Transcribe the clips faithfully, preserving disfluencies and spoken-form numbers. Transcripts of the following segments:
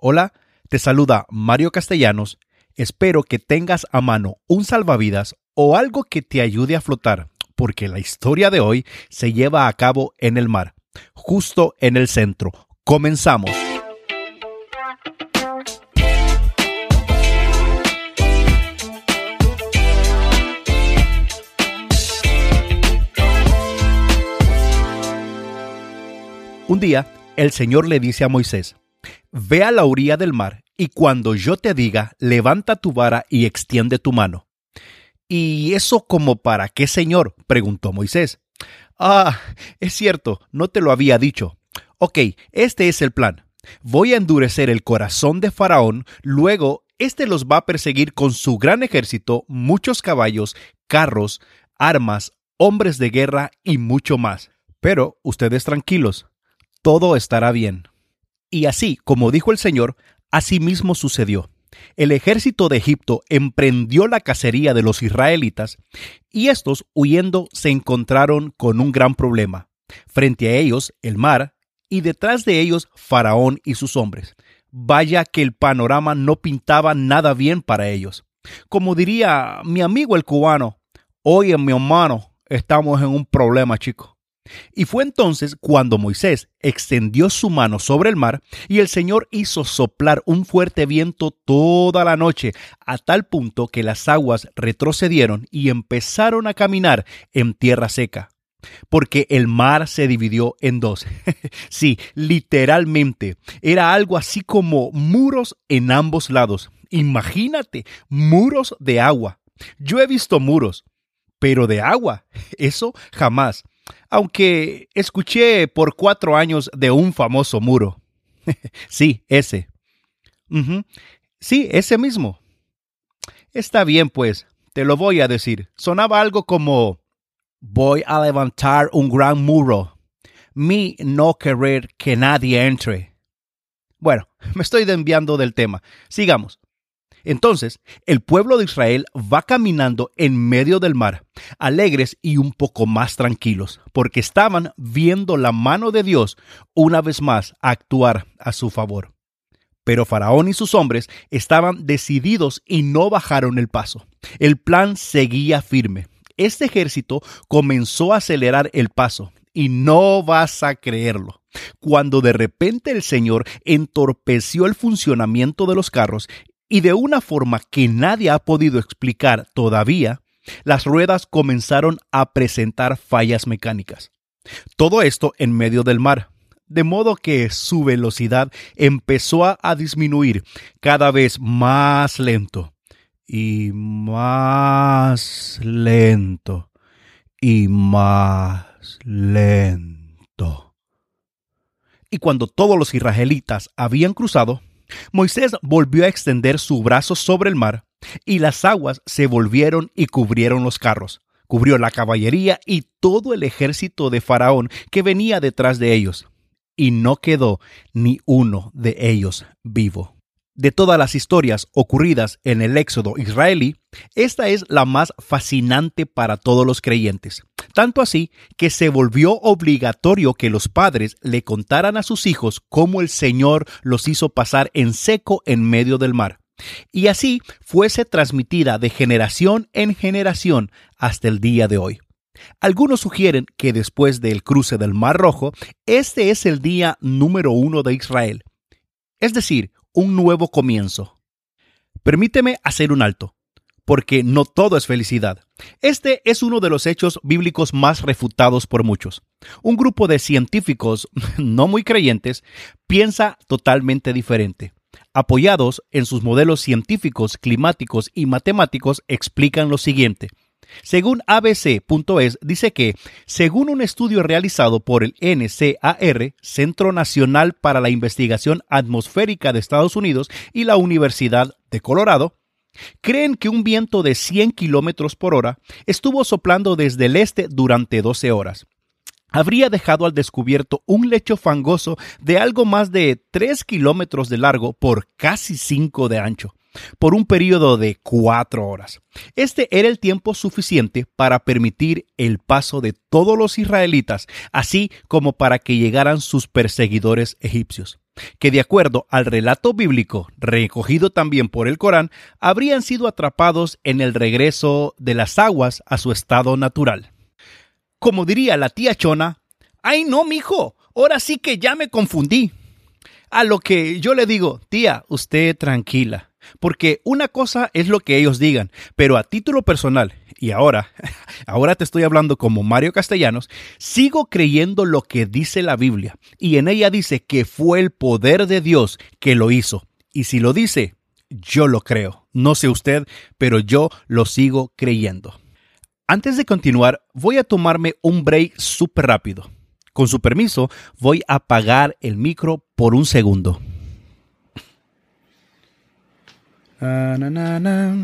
Hola, te saluda Mario Castellanos. Espero que tengas a mano un salvavidas o algo que te ayude a flotar, porque la historia de hoy se lleva a cabo en el mar, justo en el centro. Comenzamos. Un día, el Señor le dice a Moisés: ve a la orilla del mar, y cuando yo te diga, levanta tu vara y extiende tu mano. ¿Y eso como para qué, Señor?, preguntó Moisés. Ah, es cierto, no te lo había dicho. Ok, este es el plan. Voy a endurecer el corazón de Faraón, luego este los va a perseguir con su gran ejército, muchos caballos, carros, armas, hombres de guerra y mucho más. Pero ustedes tranquilos, todo estará bien. Y así, como dijo el Señor, así mismo sucedió. El ejército de Egipto emprendió la cacería de los israelitas y estos, huyendo, se encontraron con un gran problema. Frente a ellos, el mar, y detrás de ellos, Faraón y sus hombres. Vaya que el panorama no pintaba nada bien para ellos. Como diría mi amigo el cubano: oye, mi hermano, estamos en un problema, chico. Y fue entonces cuando Moisés extendió su mano sobre el mar y el Señor hizo soplar un fuerte viento toda la noche, a tal punto que las aguas retrocedieron y empezaron a caminar en tierra seca. Porque el mar se dividió en dos. Sí, literalmente. Era algo así como muros en ambos lados. Imagínate, muros de agua. Yo he visto muros, pero de agua, eso jamás. Aunque escuché por cuatro años de un famoso muro. Sí, ese. Uh-huh. Sí, ese mismo. Está bien, pues, te lo voy a decir. Sonaba algo como: voy a levantar un gran muro. Mi no querer que nadie entre. Bueno, me estoy desviando del tema. Sigamos. Entonces, el pueblo de Israel va caminando en medio del mar, alegres y un poco más tranquilos, porque estaban viendo la mano de Dios una vez más actuar a su favor. Pero Faraón y sus hombres estaban decididos y no bajaron el paso. El plan seguía firme. Este ejército comenzó a acelerar el paso, y no vas a creerlo. Cuando de repente el Señor entorpeció el funcionamiento de los carros, y de una forma que nadie ha podido explicar todavía, las ruedas comenzaron a presentar fallas mecánicas. Todo esto en medio del mar, de modo que su velocidad empezó a, a disminuir cada vez más lento, y más lento, y más lento. Y cuando todos los israelitas habían cruzado, Moisés volvió a extender su brazo sobre el mar, y las aguas se volvieron y cubrieron los carros, cubrió la caballería y todo el ejército de Faraón que venía detrás de ellos, y no quedó ni uno de ellos vivo. De todas las historias ocurridas en el éxodo israelí, esta es la más fascinante para todos los creyentes. Tanto así que se volvió obligatorio que los padres le contaran a sus hijos cómo el Señor los hizo pasar en seco en medio del mar. Y así fuese transmitida de generación en generación hasta el día de hoy. Algunos sugieren que después del cruce del Mar Rojo, este es el día número uno de Israel. Es decir, un nuevo comienzo. Permíteme hacer un alto, porque no todo es felicidad. Este es uno de los hechos bíblicos más refutados por muchos. Un grupo de científicos no muy creyentes piensa totalmente diferente. Apoyados en sus modelos científicos, climáticos y matemáticos, explican lo siguiente. Según A B C punto es, dice que, según un estudio realizado por el N C A R, Centro Nacional para la Investigación Atmosférica de Estados Unidos, y la Universidad de Colorado, creen que un viento de cien kilómetros por hora estuvo soplando desde el este durante doce horas. Habría dejado al descubierto un lecho fangoso de algo más de tres kilómetros de largo por casi cinco de ancho, por un periodo de cuatro horas. Este era el tiempo suficiente para permitir el paso de todos los israelitas, así como para que llegaran sus perseguidores egipcios. que de acuerdo al relato bíblico, recogido también por el Corán, habrían sido atrapados en el regreso de las aguas a su estado natural. Como diría la tía Chona, ¡ay no, mijo! Ahora sí que ya me confundí. A lo que yo le digo, tía, usted tranquila, porque una cosa es lo que ellos digan, pero a título personal, y ahora, ahora te estoy hablando como Mario Castellanos, sigo creyendo lo que dice la Biblia, y en ella dice que fue el poder de Dios que lo hizo, y si lo dice, yo lo creo. No sé usted, pero yo lo sigo creyendo. Antes de continuar, voy a tomarme un break súper rápido. Con su permiso, voy a apagar el micro por un segundo. Na, na, na, na.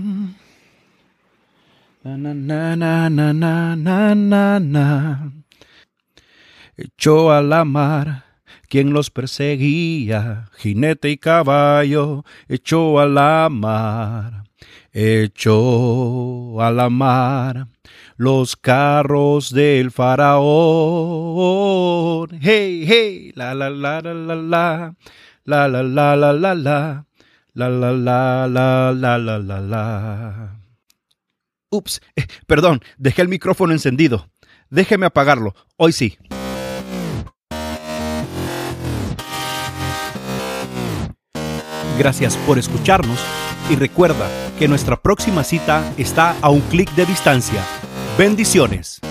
Na, na, na, na, na, na, na, na. Echó a la mar quien los perseguía, jinete y caballo, echó a la mar, echó a la mar los carros del faraón. Hey, hey, la la la la la la, la la la la la la, la la la la la la la la. Ups, eh, perdón, dejé el micrófono encendido. Déjeme apagarlo, hoy sí. Gracias por escucharnos y recuerda que nuestra próxima cita está a un clic de distancia. Bendiciones.